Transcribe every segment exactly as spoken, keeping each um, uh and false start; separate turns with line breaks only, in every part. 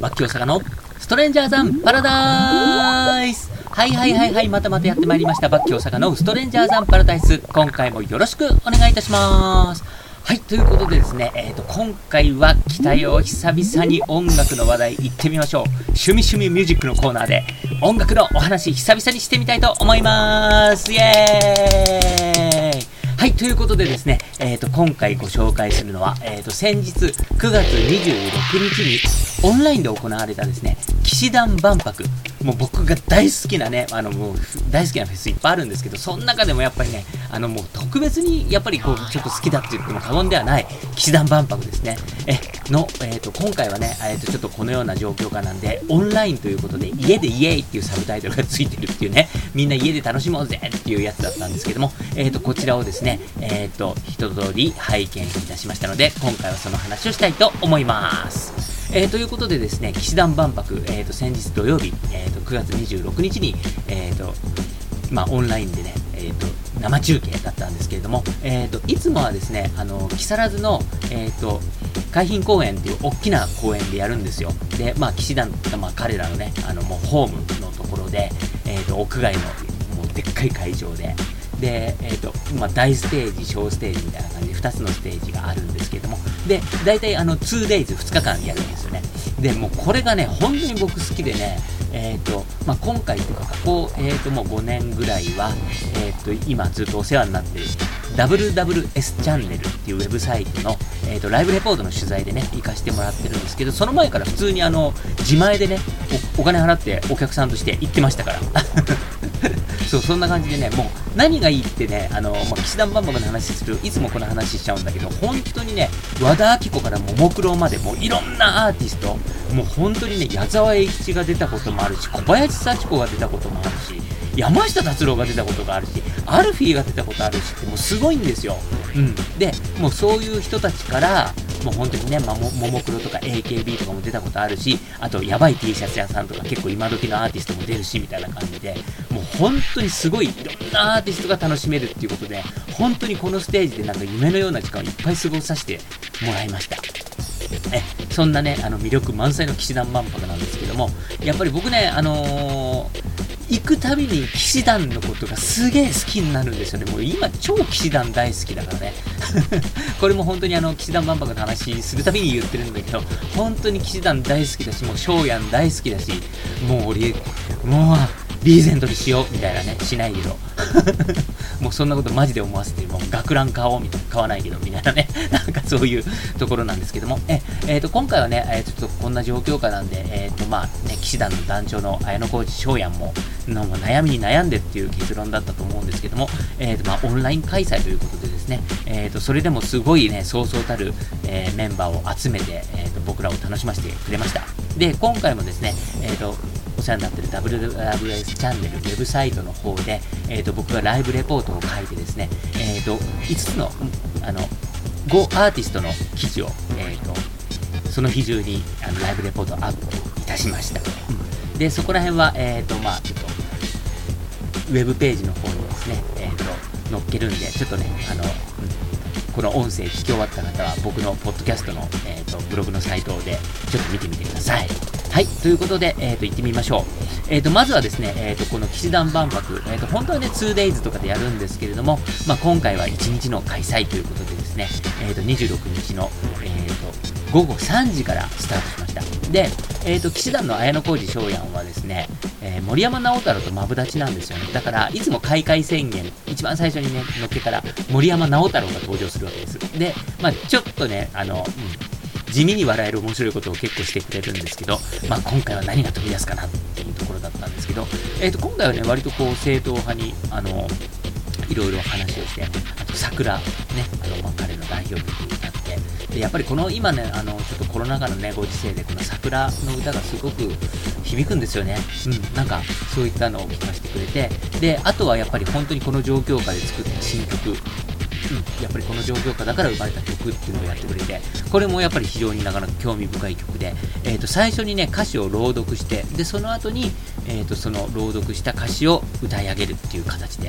バッキー大阪のストレンジャーザンパラダイス。はいはいはいはい、またまたやってまいりました。バッキー大阪のストレンジャーザンパラダイス。今回もよろしくお願いいたします。はい、ということでですね、えーと、今回は来たよ、久々に音楽の話題行ってみましょう。趣味趣味ミュージックのコーナーで音楽のお話久々にしてみたいと思います。イエーイ。はい、ということでですね、えーと、今回ご紹介するのは、えーと、先日くがつにじゅうろくにちにオンラインで行われたですね、氣志團万博。もう僕が大好きなね、あのもう大好きなフェスいっぱいあるんですけど、その中でもやっぱりね、あのもう特別にやっぱりこうちょっと好きだって言っても過言ではない氣志團万博ですね。えの、えーと、今回はね、えーと、ちょっとこのような状況下なんで、オンラインということで、家でイエーイっていうサブタイトルがついてるっていうね、みんな家で楽しもうぜっていうやつだったんですけども、えーと、こちらをですね、えーと、一通り拝見いたしましたので、今回はその話をしたいと思います。えー、ということでですね、氣志團万博、えー、と先日土曜日、えー、とくがつにじゅうろくにちに、えーとまあ、オンラインでね、えー、と生中継だったんですけれども、えー、といつもはですね、あの木更津の、えー、と海浜公園っていう大きな公園でやるんですよ。で、まあ、氣志團が、まあ、彼らのね、あのもうホームのところで、えー、と屋外のもうでっかい会場で、で、えーとまあ、大ステージ、小ステージみたいな感じでふたつのステージがあるんですけれども、で、大体あの ツーデイズ、ふつかかんやるんですよね。で、もうこれがね、本当に僕好きでね、えーとまあ、今回というか、ここ、えーともうごねんぐらいは、えーと今ずっとお世話になっている ダブリューダブリューエス チャンネルっていうウェブサイトの、えーとライブレポートの取材でね、行かせてもらってるんですけど、その前から普通にあの自前でね お, お金払ってお客さんとして行ってましたからそう、そんな感じでね、もう何がいいってね、あの、まあ、氣志團万博の話する、いつもこの話しちゃうんだけど、本当にね、和田アキ子からももクロまでもういろんなアーティスト、もう本当にね、矢沢永吉が出たこともあるし、小林幸子が出たこともあるし、山下達郎が出たことがあるし、アルフィーが出たことあるしって、もうすごいんですよ。うん。で、もうそういう人たちから、もう本当にね、まあ、ももクロとか エーケービー とかも出たことあるし、あとやばい T シャツ屋さんとか結構今時のアーティストも出るしみたいな感じで、もう本当にすごいいろんなアーティストが楽しめるっていうことで、本当にこのステージでなんか夢のような時間をいっぱい過ごさせてもらいました。えそんなね、あの魅力満載の氣志團万博なんですけども、やっぱり僕ね、あのー行くたびに氣志團のことがすげえ好きになるんですよね。もう今超氣志団大好きだからねこれも本当にあの氣志團万博の話するたびに言ってるんだけど、本当に氣志団大好きだし、もう翔やん大好きだし、もう俺もうリーゼントにしようみたいなね、しないけどもうそんなことマジで思わせて、もう学ラン買おうみたいな、買わないけどみたいなねなんかそういうところなんですけども、え、えーと今回はね、えー、ちょっとこんな状況下なんで、えーとまあね、氣志団の団長の綾小路翔やんもの悩みに悩んでっていう結論だったと思うんですけども、えーとまあ、オンライン開催ということでですね、えーとそれでもすごいね、そうそうたる、えー、メンバーを集めて、えーと僕らを楽しませてくれました。で、今回もですね、えーとお世話になっている ダブリューダブリューエス チャンネルウェブサイトの方で、えーと僕がライブレポートを書いてですね、えーといつつのあのごアーティストの記事を、えーとその日中にあのライブレポートをアップいたしました。うん、で、そこら辺は、えーとまあちょっとウェブページの方にですね、えーと載っけるんで、ちょっとね、あの、うん、この音声聞き終わった方は僕のポッドキャストの、えーとブログのサイトでちょっと見てみてください。はい、ということで、えーと行ってみましょう。えーとまずはですね、えーとこの氣志團万博、えーと本当はね ツーデイズ とかでやるんですけれども、まあ、今回はいちにちの開催ということでですね、えーとにじゅうろくにちの、えーとごごさんじからスタートしました。で、えーと氣志団の綾小路翔やんはですね、えー、森山直太朗とマブダチなんですよね。だからいつも開会宣言一番最初にね乗っけたら森山直太朗が登場するわけです。で、まあ、ちょっとね、あの、うん、地味に笑える面白いことを結構してくれるんですけど、まあ、今回は何が飛び出すかなっていうところだったんですけど、えーと今回はね割とこう正統派にあのいろいろ話をして、あと桜ね、あの、まあ、彼の代表曲に歌って、でやっぱりこの今ね、あのちょっとコロナ禍のねご時世でこの桜の歌がすごく響くんですよね。うん、なんかそういったのを聞かせてくれて、であとはやっぱり本当にこの状況下で作った新曲、うん、やっぱりこの状況下だから生まれた曲っていうのをやってくれて、これもやっぱり非常になかなか興味深い曲で、えー、と最初にね歌詞を朗読して、でその後に、えー、とその朗読した歌詞を歌い上げるっていう形で、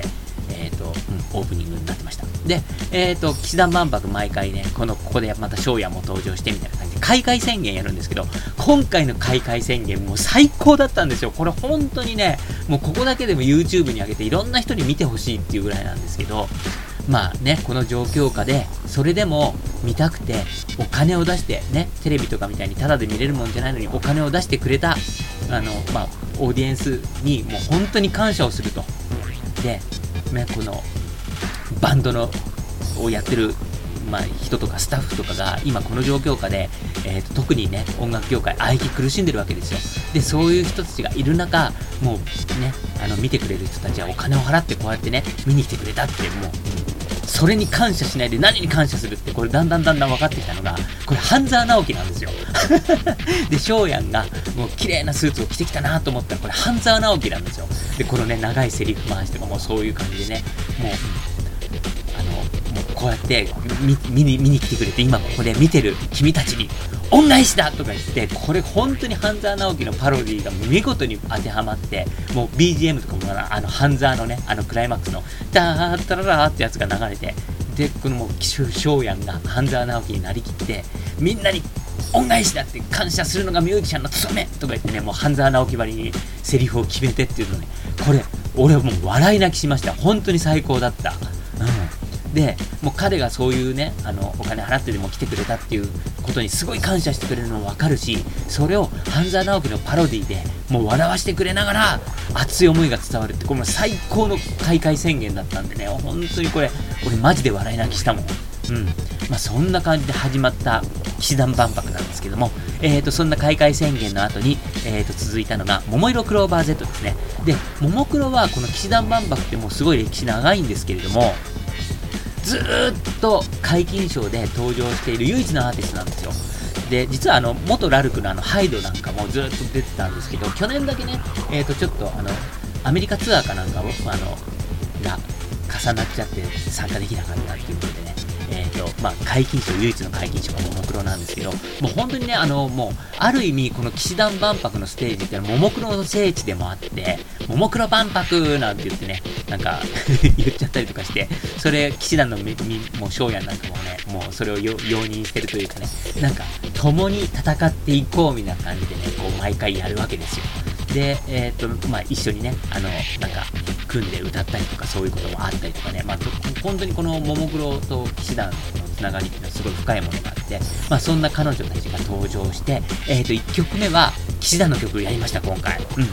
えっと、うん、オープニングになってました。で、えっと、騎士団万博毎回ね、この、ここでまた翔也も登場してみたいな感じで、開会宣言やるんですけど、今回の開会宣言もう最高だったんですよ。これ本当にね、もうここだけでも YouTube に上げていろんな人に見てほしいっていうぐらいなんですけど、まあね、この状況下で、それでも見たくて、お金を出して、ね、テレビとかみたいにタダで見れるもんじゃないのにお金を出してくれた、あの、まあ、オーディエンスにもう本当に感謝をすると。で、ね、この、バンドの、をやってる、まあ、人とかスタッフとかが、今この状況下で、えーと、特にね、音楽業界、あえき苦しんでるわけですよ。で、そういう人たちがいる中、もうね、あの、見てくれる人たちはお金を払ってこうやってね、見に来てくれたって、もう、それに感謝しないで何に感謝するって、これだんだんだんだん分かってきたのが、これ半沢直樹なんですよ。で、翔やんがもう綺麗なスーツを着てきたなと思ったら、これ半沢直樹なんですよ。で、このね、長いセリフ回しとかもそういう感じでね、もう、あの、もうこうやって見、見に、見に来てくれて、今ここで見てる君たちに、恩返しだとか言って、これ本当に半沢直樹のパロディが見事に当てはまって、もう ビージーエム とかもあの半沢のね、あのクライマックスのダーッタララーってやつが流れて、で、このもう翔やんが半沢直樹になりきって、みんなに恩返しだって感謝するのがミュージシャンの務めとか言ってね、もう半沢直樹ばりにセリフを決めてっていうのね、これ、俺はもう笑い泣きしました。本当に最高だった。うん。で、もう彼がそういうね、あの、お金払ってでも来てくれたっていうことにすごい感謝してくれるのもわかるし、それを半沢直樹のパロディでもう笑わしてくれながら熱い思いが伝わるって、これも最高の開会宣言だったんでね、本当にこれ、俺マジで笑い泣きしたもん。うん。まあそんな感じで始まった騎士団万博なんですけども、えーと、そんな開会宣言の後に、えーと、続いたのが、桃色クローバー Z ですね。で、ももクロはこの騎士団万博ってもうすごい歴史長いんですけれども、ずーっと皆勤賞で登場している唯一のアーティストなんですよ。で、実はあの、元ラルクのあの、ハイドなんかもずーっと出てたんですけど、去年だけね、えーと、ちょっとあの、アメリカツアーかなんかを、あの、が重なっちゃって参加できなかったっていうことでね、えーと、まあ、皆勤賞、唯一の皆勤賞がももクロなんですけど、もう本当にね、あの、もう、ある意味、この騎士団万博のステージってのは、ももクロの聖地でもあって、ももクロ万博なんて言ってね、なんか、言っちゃったりとかして、それ、騎士団のみ、み、もう、翔やんなんかもね、もう、それを容認してるというかね、なんか、共に戦っていこうみたいな感じでね、こう、毎回やるわけですよ。で、えっと、まあ、一緒にね、あの、なんか、組んで歌ったりとか、そういうこともあったりとかね、まあ、本当にこのももクロと騎士団のつながりっていうのはすごい深いものがあって、まあ、そんな彼女たちが登場して、えっと、いっきょくめは、騎士団の曲をやりました、今回。うん。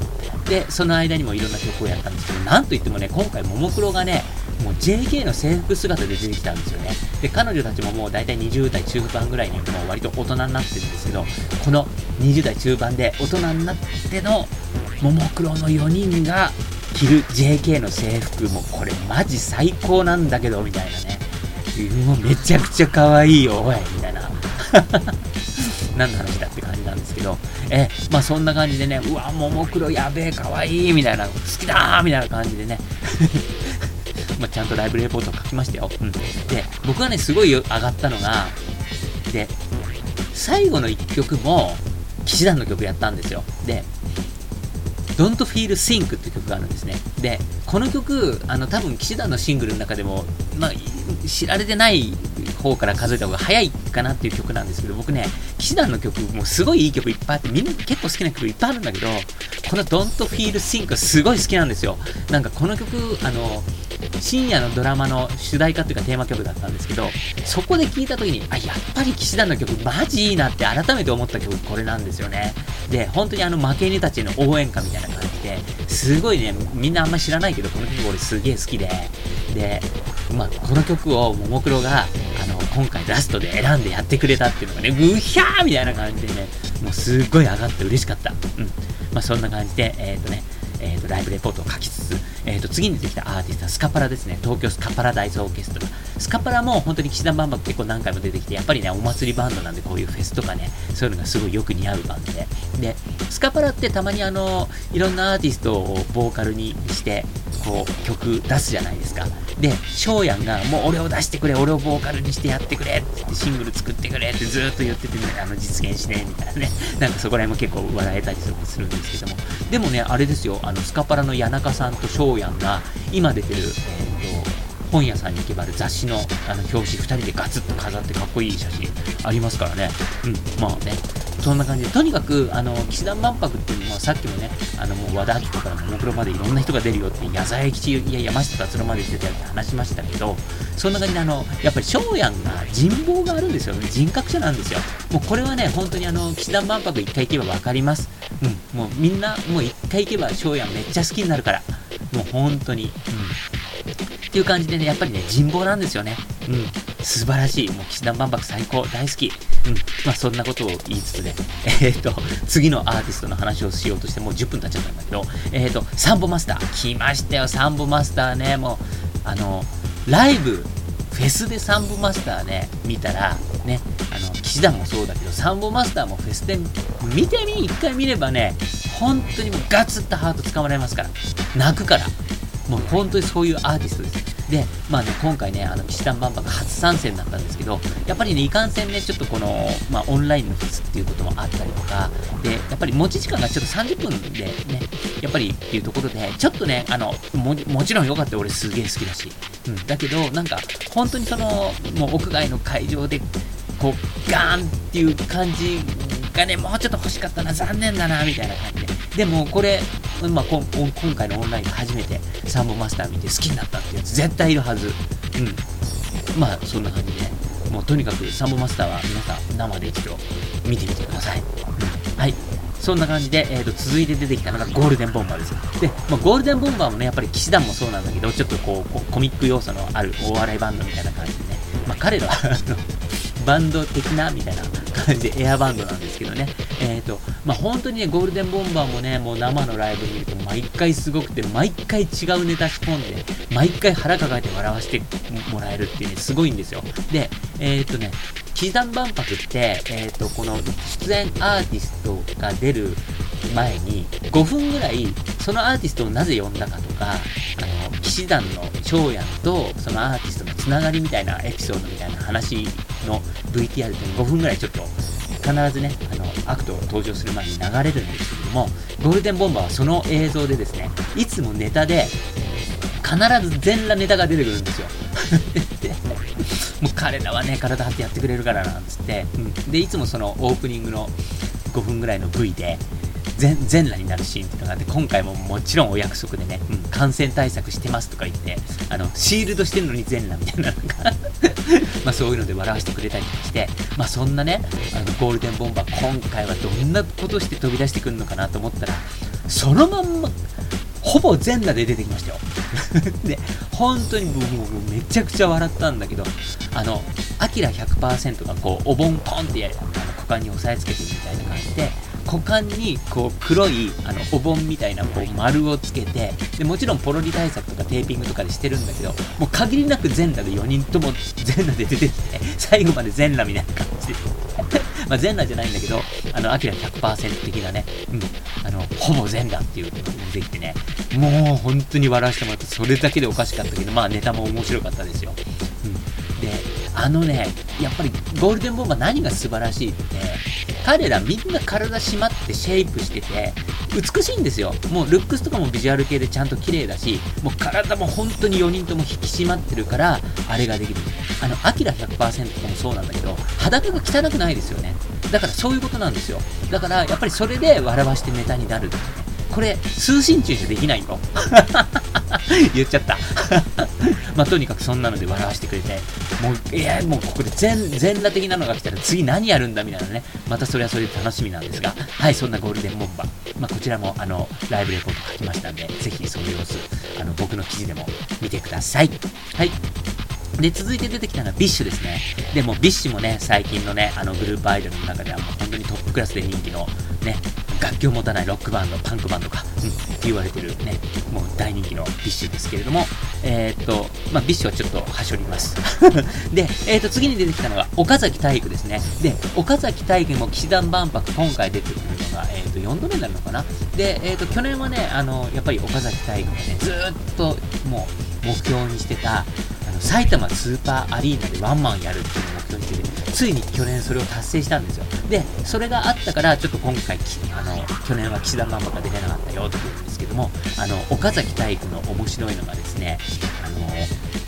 で、その間にもいろんな曲をやったんですけど、なんといってもね、今回、ももクロがね、もう ジェーケー の制服姿で出てきたんですよね。で、彼女たちももう大体にじゅう代中盤ぐらいにもう割と大人になってるんですけど、このにじゅう代中盤で大人になってのももクロのよにんが着る ジェーケー の制服、もこれマジ最高なんだけど、みたいなね。もうめちゃくちゃ可愛いよ、おい、みたいな。何の話だって感じなんですけど、え、まあそんな感じでね、うわ、ももクロやべえ、可愛いみたいな、好きだーみたいな感じでね。まあ、ちゃんとライブレポートを書きましたよ。うん。で、僕がね、すごい上がったのが、で、最後のいっきょくも、騎士団の曲やったんですよ。で、Don't Feel Think っていう曲があるんですね。で、この曲、あの、多分騎士団のシングルの中でも、まあ、知られてない方から数えた方が早いかなっていう曲なんですけど、僕ね、騎士団の曲、もうすごいいい曲いっぱいあって、みんな結構好きな曲いっぱいあるんだけど、この Don't Feel Think がすごい好きなんですよ。なんかこの曲、あの、深夜のドラマの主題歌っていうかテーマ曲だったんですけど、そこで聴いた時に、あ、やっぱり騎士団の曲マジいいなって改めて思った曲これなんですよね。で、本当にあの負け犬たちの応援歌みたいな感じで、すごいね、みんなあんま知らないけど、この曲俺すげえ好きで、で、まあ、この曲をももクロが、あの、今回ラストで選んでやってくれたっていうのがね、ぐひゃーみたいな感じでね、もうすっごい上がって嬉しかった。うん。まあ、そんな感じで、えっとね、えーと、ライブレポートを書きつつ、えーと、次に出てきたアーティストはスカパラですね。東京スカパラダイスオーケストラ。スカパラも本当に騎士団万博結構何回も出てきて、やっぱりね、お祭りバンドなんで、こういうフェスとかね、そういうのがすごいよく似合うバンドで。で、スカパラってたまにあの、いろんなアーティストをボーカルにして、こう、曲出すじゃないですか。で、翔やんが、もう俺を出してくれ、俺をボーカルにしてやってくれって言って、シングル作ってくれってずーっと言っててね、あの、実現しねえみたいなね。なんかそこら辺も結構笑えたりするんですけども。でもね、あれですよ、あの、スカパラの谷中さんと翔やんが、今出てる、えーと、 本屋さんに行けば雑誌のあの表紙ふたりでガツッと飾ってかっこいい写真ありますからね。うん、まあね、そんな感じで、とにかくあの騎士団万博っていうのはさっきもね、あのもう和田アキ子からももクロまでいろんな人が出るよって矢沢永吉や山下達郎まで出てたって話しましたけど、そんな感じであのやっぱり翔やんが人望があるんですよね。人格者なんですよ。もうこれはね本当にあの騎士団万博一回行けば分かります。うん、もうみんなもう一回行けば翔やんめっちゃ好きになるから、もう本当に、うん、っていう感じでね、やっぱりね人望なんですよね。うん、素晴らしい。もう騎士団万博最高、大好き。うん、まあそんなことを言いつつね、えー、っと次のアーティストの話をしようとしてもうじゅっぷん経っちゃったんだけど、えー、っとサンボマスター来ましたよ。サンボマスターね、もうあのライブフェスでサンボマスターね見たらね、あの騎士団もそうだけどサンボマスターもフェスで見てみ、一回見ればね本当にもうガツッとハート掴まれますから、泣くから、もう本当にそういうアーティストです。で、まあね、今回ね、あの騎士団万博初参戦だったんですけど、やっぱりね、いかんせんね、ちょっとこの、まあ、オンラインのフェスっていうこともあったりとか、で、やっぱり持ち時間がちょっとさんじゅっぷんでね、やっぱりっていうところで、ちょっとね、あの、も、もちろん良かったよ、俺すげえ好きだし、うん、だけど、なんか、本当にその、もう屋外の会場で、こう、ガーンっていう感じがね、もうちょっと欲しかったな、残念だな、みたいな感じで。でも、これ、まあ、こ今回のオンラインで初めてサンボマスター見て好きになったってやつ絶対いるはず。うん。まあそんな感じで、もうとにかくサンボマスターは皆さん生で一度見てみてください。うん、はい。そんな感じで、えーと、続いて出てきたのがゴールデンボンバーです。で、まあ、ゴールデンボンバーもね、やっぱり騎士団もそうなんだけど、ちょっとこうコミック要素のあるお笑いバンドみたいな感じでね、まあ、彼らはバンド的なみたいな感じでエアバンドなんですけどね、えーとまあ、本当にねゴールデンボンバーもね、もう生のライブ見ると毎回すごくて、毎回違うネタ仕込んで毎回腹抱えて笑わせてもらえるっていうね、すごいんですよ。で、えーとね騎士団万博って、えーとこの出演アーティストが出る前にごふんぐらいそのアーティストをなぜ呼んだかとか、あの騎士団の翔やんとそのアーティストのつながりみたいなエピソードみたいな話の ブイティーアール でごふんぐらいちょっと必ずね、あのアクトが登場する前に流れるんですけれども、ゴールデンボンバーはその映像でですね、いつもネタで必ず全裸ネタが出てくるんですよ。もう彼らはね体張ってやってくれるからなんつって、うん、でいつもそのオープニングのごふんぐらいの ブイ で全全裸になるシーンっていうのがあって、今回ももちろんお約束でね、うん、感染対策してますとか言って、あのシールドしてるのに全裸みたいななんかまあそういうので笑わせてくれたりとかして、まあそんなね、あのゴールデンボンバー今回はどんなことして飛び出してくるのかなと思ったら、そのまんまほぼ全裸で出てきましたよ。で本当にもうもうめちゃくちゃ笑ったんだけど、あのアキラ ひゃくパーセント がこうお盆ポンってやる、あの股間に押さえつけてるみたいな感じで、股間にこう黒いあのお盆みたいなこう丸をつけて、でもちろんポロリ対策とかテーピングとかでしてるんだけど、もう限りなく全裸でよにんとも全裸で出てきて、最後まで全裸みたいな感じでまあ全裸じゃないんだけど、あのアキラ ひゃくパーセント 的なね、うん、あのほぼ全裸っていうのが出てきてね、もう本当に笑わせてもらって、それだけでおかしかったけど、まあネタも面白かったですよ。うん、であのね、やっぱりゴールデンボンバー何が素晴らしいって、彼らみんな体締まってシェイプしてて美しいんですよ。もうルックスとかもビジュアル系でちゃんと綺麗だし、もう体も本当によにんとも引き締まってるからあれができる。あのアキラ ひゃくパーセント とかもそうなんだけど、裸が汚くないですよね。だからそういうことなんですよ。だからやっぱりそれで笑わしてネタになるってね、これ通信中じゃできないよ言っちゃったまあとにかくそんなので笑わせてくれて、もういやもうここで全全裸的なのが来たら次何やるんだみたいなね、またそれはそれで楽しみなんですが、はい、そんなゴールデンボンバー、まあ、こちらもあのライブレポート書きましたんで、ぜひその様子あの僕の記事でも見てください。はい。で続いて出てきたのはビッシュですね。でもビッシュもね、最近のねあのグループアイドルの中ではもう本当にトップクラスで人気のね、楽器を持たないロックバンド、パンクバンドか、うん、って言われてるね、もう大人気のビッシュですけれども、えー、っとまあビッシュはちょっとはしょりますで、えー、っと次に出てきたのが岡崎体育ですね。で岡崎体育も騎士団万博今回出てくるのが、えー、っとよんどめになるのかな。で、えー、っと去年はね、あのやっぱり岡崎体育がねずーっともう目標にしてた埼玉スーパーアリーナでワンマンやるっていうのを目標にしてて、ついに去年それを達成したんですよ。でそれがあったからちょっと今回あの去年は騎士団万博が出れなかったよって言うんですけども、あの岡崎体育の面白いのがですね、あの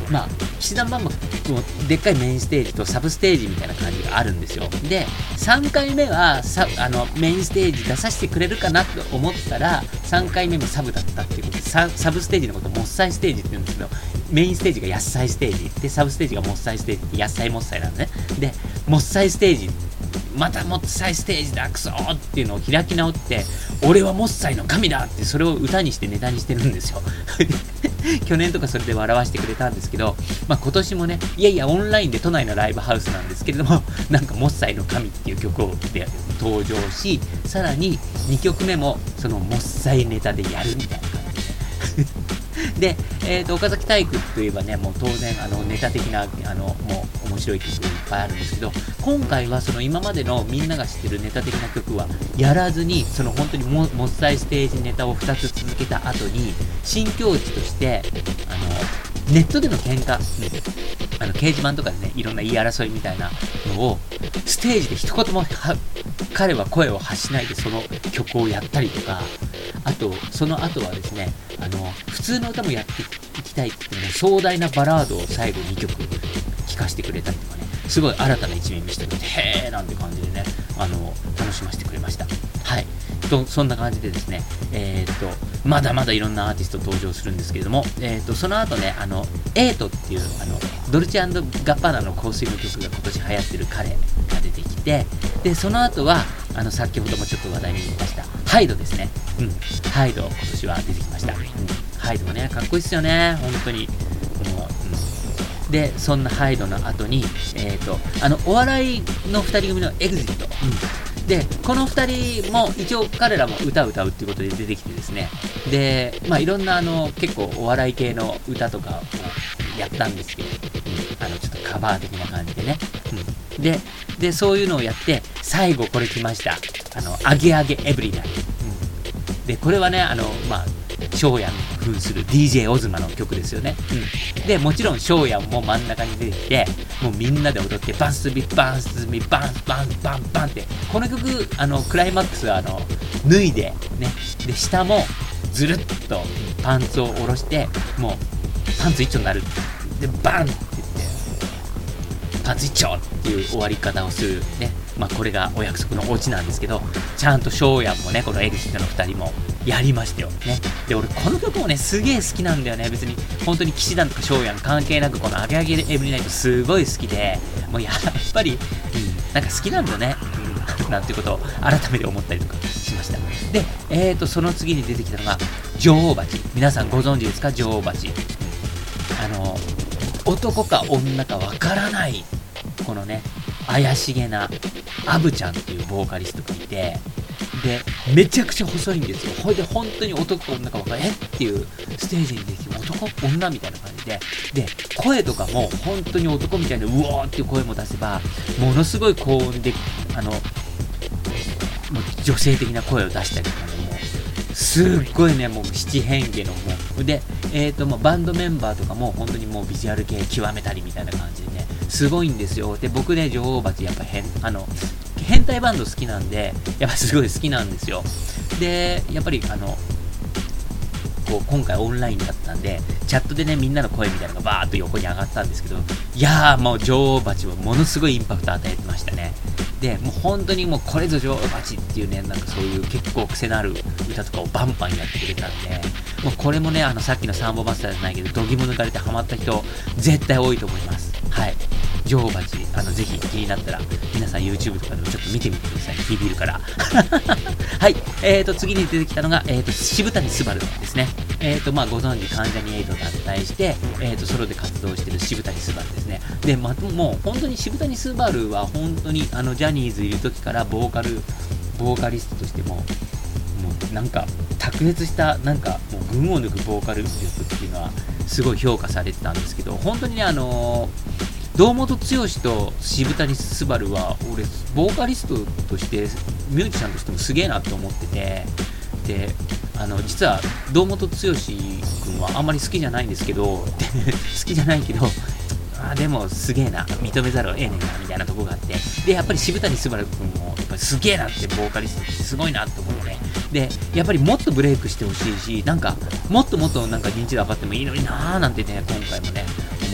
まあ氣志團万博もでっかいメインステージとサブステージみたいな感じがあるんですよ。でさんかいめはさあのメインステージ出させてくれるかなと思ったらさんかいめもサブだったっていうことで、 サ, サブステージのことをもっさいステージって言うんですけど、メインステージがやっさいステージでサブステージがもっさいステージってやっさいもっさいなんでね。でもっさいステージまたもっさいステージだクソーっていうのを開き直って、俺はもっさいの神だってそれを歌にしてネタにしてるんですよ去年とかそれで笑わせてくれたんですけど、まあ、今年もね、いやいやオンラインで都内のライブハウスなんですけれども、なんかもっさいの神っていう曲をで登場し、さらににきょくめもそのもっさいネタでやるみたいな感じでで、えーと、岡崎体育といえばね、もう当然あのネタ的なあのもう面白い曲いっぱいあるんですけど、今回はその今までのみんなが知ってるネタ的な曲はやらずに、その本当にももっさいステージネタをふたつ続けた後に新境地としてあのネットでの喧嘩、あの掲示板とかでね、いろんな言い争いみたいなのをステージで一言もは彼は声を発しないでその曲をやったりとか、あとその後はですね、あの普通の歌もやっていきたいって言ってね、壮大なバラードを最後にきょく聴かせてくれたりとかね、すごい新たな一面見せてくれて、へーなんて感じでね、あの楽しませてくれました。はい、とそんな感じでですね、えー、っとまだまだいろんなアーティスト登場するんですけれども、えー、っとその後ね、あのエイトっていうあのドルチェ&ガッパーナの香水の曲が今年流行ってる彼が出てきて、でその後はあの先ほどもちょっと話題に出ましたハイドですね。うん、ハイド今年は出てきました。うん、ハイドもねかっこいいっすよね、本当に。もう、うん、でそんなハイドの後に、えー、とあのお笑いのふたり組のエグジット、うん、でこのふたりも一応彼らも歌を歌うっていうことで出てきてですね、でまあいろんなあの結構お笑い系の歌とかをやったんですけど、うん、あのちょっとカバー的な感じでね、うん、ででそういうのをやって最後これ来ました、あのアゲアゲエブリナイ、うん、でこれはねあのまあ翔やん扮する ディージェー オズマの曲ですよね、うん、でもちろん翔やんも真ん中に出てきて、もうみんなで踊ってバンスビバンスビバンバンバンバンって、この曲あのクライマックスはあの脱いでね、で下もずるっとパンツを下ろしてもうパンツ一丁になるでバンって言ってパンツ一丁っていう終わり方をするね。まあこれがお約束のオチなんですけど、ちゃんと翔やんもねこのエグジットのふたりもやりましたよね。で俺この曲もねすげえ好きなんだよね。別に本当に騎士団とか翔やん関係なくこのアゲアゲエブリナイトすごい好きで、もうやっぱり、うん、なんか好きなんだね、うん、なんていうことを改めて思ったりとかしました。で、えーとその次に出てきたのが女王蜂。皆さんご存知ですか、女王蜂。あの男か女かわからないこのね怪しげなアブちゃんっていうボーカリストがいて、でめちゃくちゃ細いんですよ。ほいで本当に男か女か分からないえっていうステージに出てきて男女みたいな感じで、で声とかも本当に男みたいなうおーっていう声も出せばものすごい高音であのもう女性的な声を出したりとかね、もうすっごいねもう七変化のもうで、えーともうバンドメンバーとかも本当にもうビジュアル系極めたりみたいな感じでねすごいんですよ。で僕ね女王蜂やっぱ変あの変態バンド好きなんでやっぱすごい好きなんですよ。でやっぱりあのこう今回オンラインだったんでチャットでねみんなの声みたいなのがバーっと横に上がったんですけど、いやーもう女王蜂はものすごいインパクト与えてましたね。でもう本当にもうこれぞ女王蜂っていうねなんかそういう結構癖のある歌とかをバンバンやってくれたんで、もうこれもねあのさっきのサンボマスターじゃないけど度肝抜かれてハマった人絶対多いと思います。はい、女王蜂あのぜひ気になったら皆さん YouTube とかでもちょっと見てみてください。聞いているからはい、えーと次に出てきたのが、えー、と渋谷昴ですね。えーとまあご存知関ジャニエイト脱退して、えー、とソロで活動している渋谷昴ですね。で、ま、もう本当に渋谷昴は本当にあのジャニーズいる時からボーカルボーカリストとしてももうなんか卓越したなんかもう群を抜くボーカル力っていうのはすごい評価されてたんですけど、本当にねあのー堂本剛と渋谷昴は俺ボーカリストとしてミュージシャンとしてもすげえなって思ってて、であの実は堂本剛君はあんまり好きじゃないんですけど好きじゃないけどあでもすげえな認めざるを得ねえなみたいなとこがあって、でやっぱり渋谷昴君もやっぱりすげえなってボーカリストってすごいなって思うのね。でやっぱりもっとブレイクしてほしいし、なんかもっともっとなんか認知度上がってもいいのになーなんてね今回もね思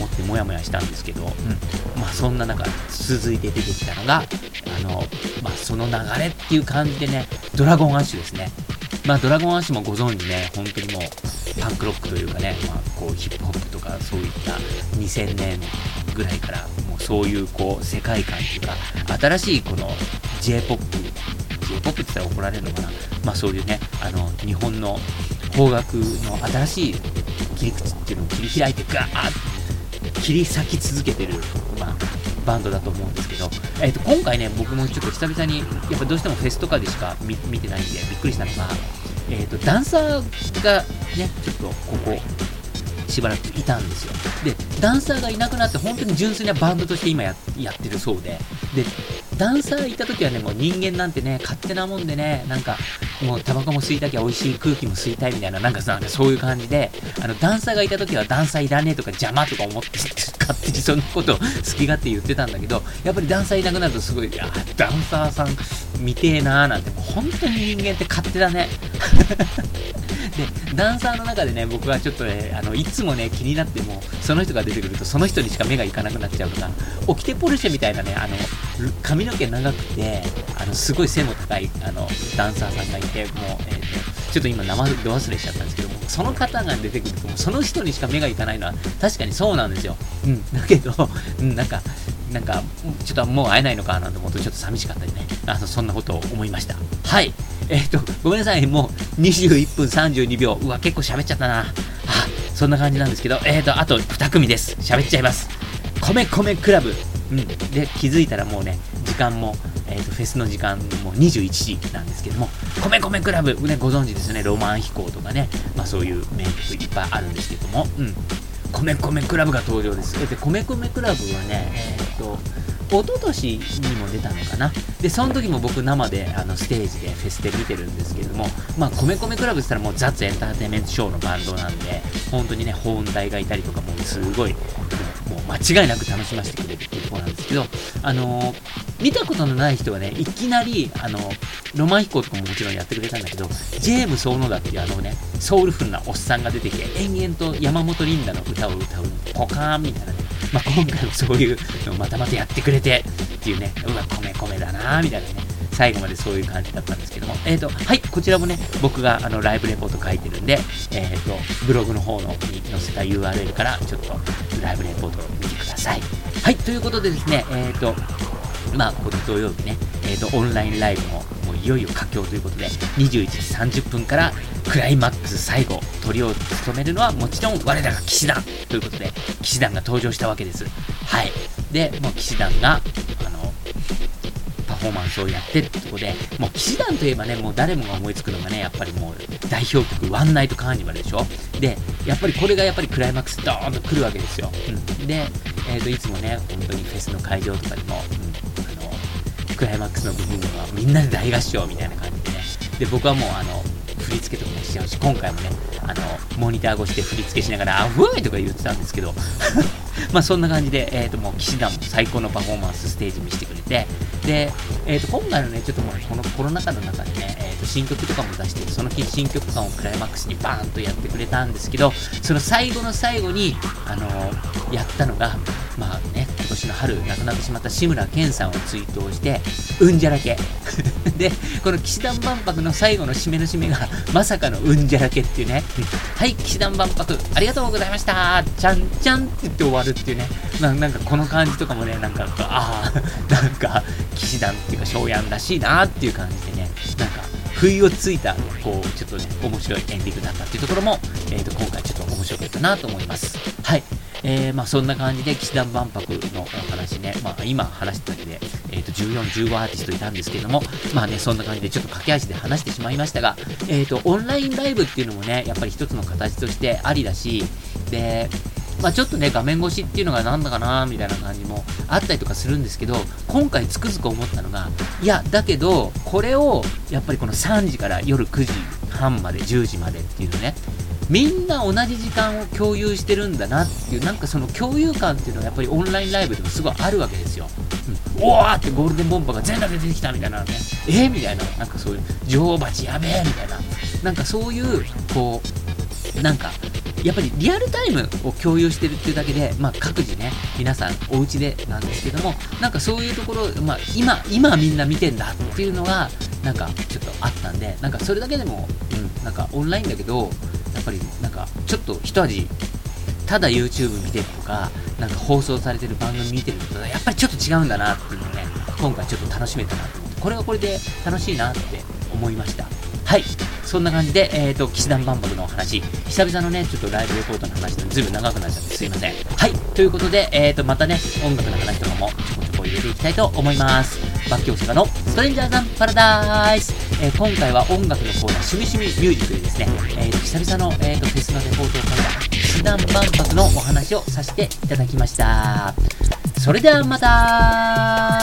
思ってモヤモヤしたんですけど、うん、まあそんな中続いて出てきたのがあの、まあ、その流れっていう感じでね、ドラゴンアッシュですね。まあドラゴンアッシュもご存知ね、本当にもうパンクロックというかね、まあこうヒップホップとかそういったにせんねんぐらいからもうそういうこう世界観というか新しいこの J-ポップ J-ポップって言ったら怒られるのかな、まあそういうね、あの日本の邦楽の新しい切り口っていうのを切り開いてガーッと切り裂き続けてる、まあバンドだと思うんですけど、えー、と今回ね、僕もちょっと久々にやっぱどうしてもフェスとかでしか 見, 見てないんでびっくりしたのが、えー、とダンサーがねちょっとここしばらくいたんですよ。でダンサーがいなくなって本当に純粋なバンドとして今 や, やってるそうで、でダンサーいた時はね、もう人間なんてね勝手なもんでね、なんかもうタバコも吸いたきゃ美味しい空気も吸いたいみたいな、なんかなんかそういう感じで、あのダンサーがいた時はダンサーいらねえとか邪魔とか思って勝手にそんなことを好き勝手言ってたんだけど、やっぱりダンサーいなくなるとすごい、いやダンサーさん見てえなーなんて、もう本当に人間って勝手だねでダンサーの中でね、僕はちょっとね、あのいつもね気になっても、その人が出てくるとその人にしか目がいかなくなっちゃうのが、オキテポルシェみたいなね、あの髪の毛長くてあのすごい背も高いあのダンサーさんがいて、もう、えーと、ちょっと今名前ど忘れしちゃったんですけども、その方が出てくるともうその人にしか目がいかないのは確かにそうなんですよ。うん、だけど、うん、なんかなんかちょっともう会えないのかなんて思うとちょっと寂しかったりね、あのそんなことを思いました。はい、えーとごめんなさい、もうにじゅういっぷんさんじゅうにびょう、うわ結構喋っちゃったな。あ、そんな感じなんですけど、えーとあとに組です。喋っちゃいます。米米クラブ、うん、で気づいたらもうね時間も、えーとフェスの時間もにじゅういちじなんですけども、米米クラブ、ね、ご存知ですよね。ロマン飛行とかね、まあそういう名曲いっぱいあるんですけども、うん、米米クラブが登場です。で米米クラブはね、えーと一昨年にも出たのかな。でその時も僕生であのステージでフェスで見てるんですけども、まあ米米クラブって言ったらもうザッツエンターテインメントショーのバンドなんで、本当にね保音大がいたりとか、もうすごいもう間違いなく楽しませてくれるっていうところなんですけど、あのー、見たことのない人はね、いきなりあのロマン飛行とかももちろんやってくれたんだけど、ジェームス小野田っていうあのねソウルフルなおっさんが出てきて延々と山本リンダの歌を歌うポカーンみたいなね、まあ、今回もそういうのをまたまたやってくれてっていうね、うわ米米だなーみたいなね、最後までそういう感じだったんですけども、えーとはい、こちらもね僕があのライブレポート書いてるんで、えーとブログの方のに載せた ユーアールエル からちょっとライブレポートを見てください。はい、ということでですね、えーとまあこの土曜日ね、えーとオンラインライブももういよいよ佳境ということで、にじゅういちじさんじゅっぷんからクライマックス最後トリを務めるのはもちろん我らが騎士団ということで、騎士団が登場したわけです。はい、でもう騎士団があのパフォーマンスをやってってとこで、もう騎士団といえばね、もう誰もが思いつくのがね、やっぱりもう代表曲ワンナイトカーニバルでしょ。でやっぱりこれがやっぱりクライマックスドーンと来るわけですよ。うん、で、えーといつもね本当にフェスの会場とかでも、うん、あのクライマックスの部分はみんなで大合唱みたいな感じでね、で僕はもうあの振り付けとかもしちゃうし、今回もねあのモニター越しで振り付けしながら「あふーい!」とか言ってたんですけどまあそんな感じで、えーともう騎士団も最高のパフォーマンスステージ見せてくれて、で、えーと今回のねちょっともうこのコロナ禍の中でね、えーと新曲とかも出して、その日新曲感をクライマックスにバーンとやってくれたんですけど、その最後の最後にあのー、やったのが、まあね今年の春亡くなってしまった志村けんさんを追悼してうんじゃらけでこの騎士団万博の最後の締めの締めがまさかのうんじゃらけっていうね、はい、騎士団万博ありがとうございましたちゃんちゃんって言って終わるっていうね、な, なんかこの感じとかもね、なんかああなんか騎士団っていうか翔やんらしいなっていう感じでね、なんか不意をついたこうちょっとね面白いエンディングだったっていうところも、えー、と今回ちょっと面白かったなと思います。はい、えー、まあそんな感じで騎士団万博のお話ね、まあ今話しただけで、えー、とじゅうよん、じゅうごアーティストいたんですけれども、まあねそんな感じでちょっと駆け足で話してしまいましたが、えー、とオンラインライブっていうのもねやっぱり一つの形としてありだし、でまあちょっとね画面越しっていうのがなんだかなみたいな感じもあったりとかするんですけど、今回つくづく思ったのが、いやだけどこれをやっぱりこのさんじから夜くじはんまでじゅうじまでっていうのね、みんな同じ時間を共有してるんだなっていう、なんかその共有感っていうのはやっぱりオンラインライブでもすごいあるわけですよ。うん、おわーってゴールデンボンバーが全裸で出てきたみたいなね、えー、みたいな、なんかそういう女王蜂やべえみたいな、なんかそういうこうなんかやっぱりリアルタイムを共有してるっていうだけで、まあ、各自ね、皆さんお家でなんですけども、なんかそういうところ、まあ、今、今みんな見てんだっていうのが、なんかちょっとあったんで、なんかそれだけでも、うん、なんかオンラインだけど、やっぱりなんかちょっと一味、ただ YouTube 見てるとか、なんか放送されてる番組見てると、やっぱりちょっと違うんだなっていうのをね、今回ちょっと楽しめたなと思って、これはこれで楽しいなって思いました。はい。そんな感じで、えっと、騎士団万博のお話、久々のね、ちょっとライブレポートの話でずいぶん長くなっちゃってすいません。はい。ということで、えっと、またね、音楽の話とかもちょこちょこ入れていきたいと思います。バッキー大阪のストレンジャーザンパラダイス。えー、今回は音楽のコーナー、趣味趣味ミュージックでですね、えっと、久々の、えっと、フェスのレポートを兼ねた騎士団万博のお話をさせていただきました。それではまた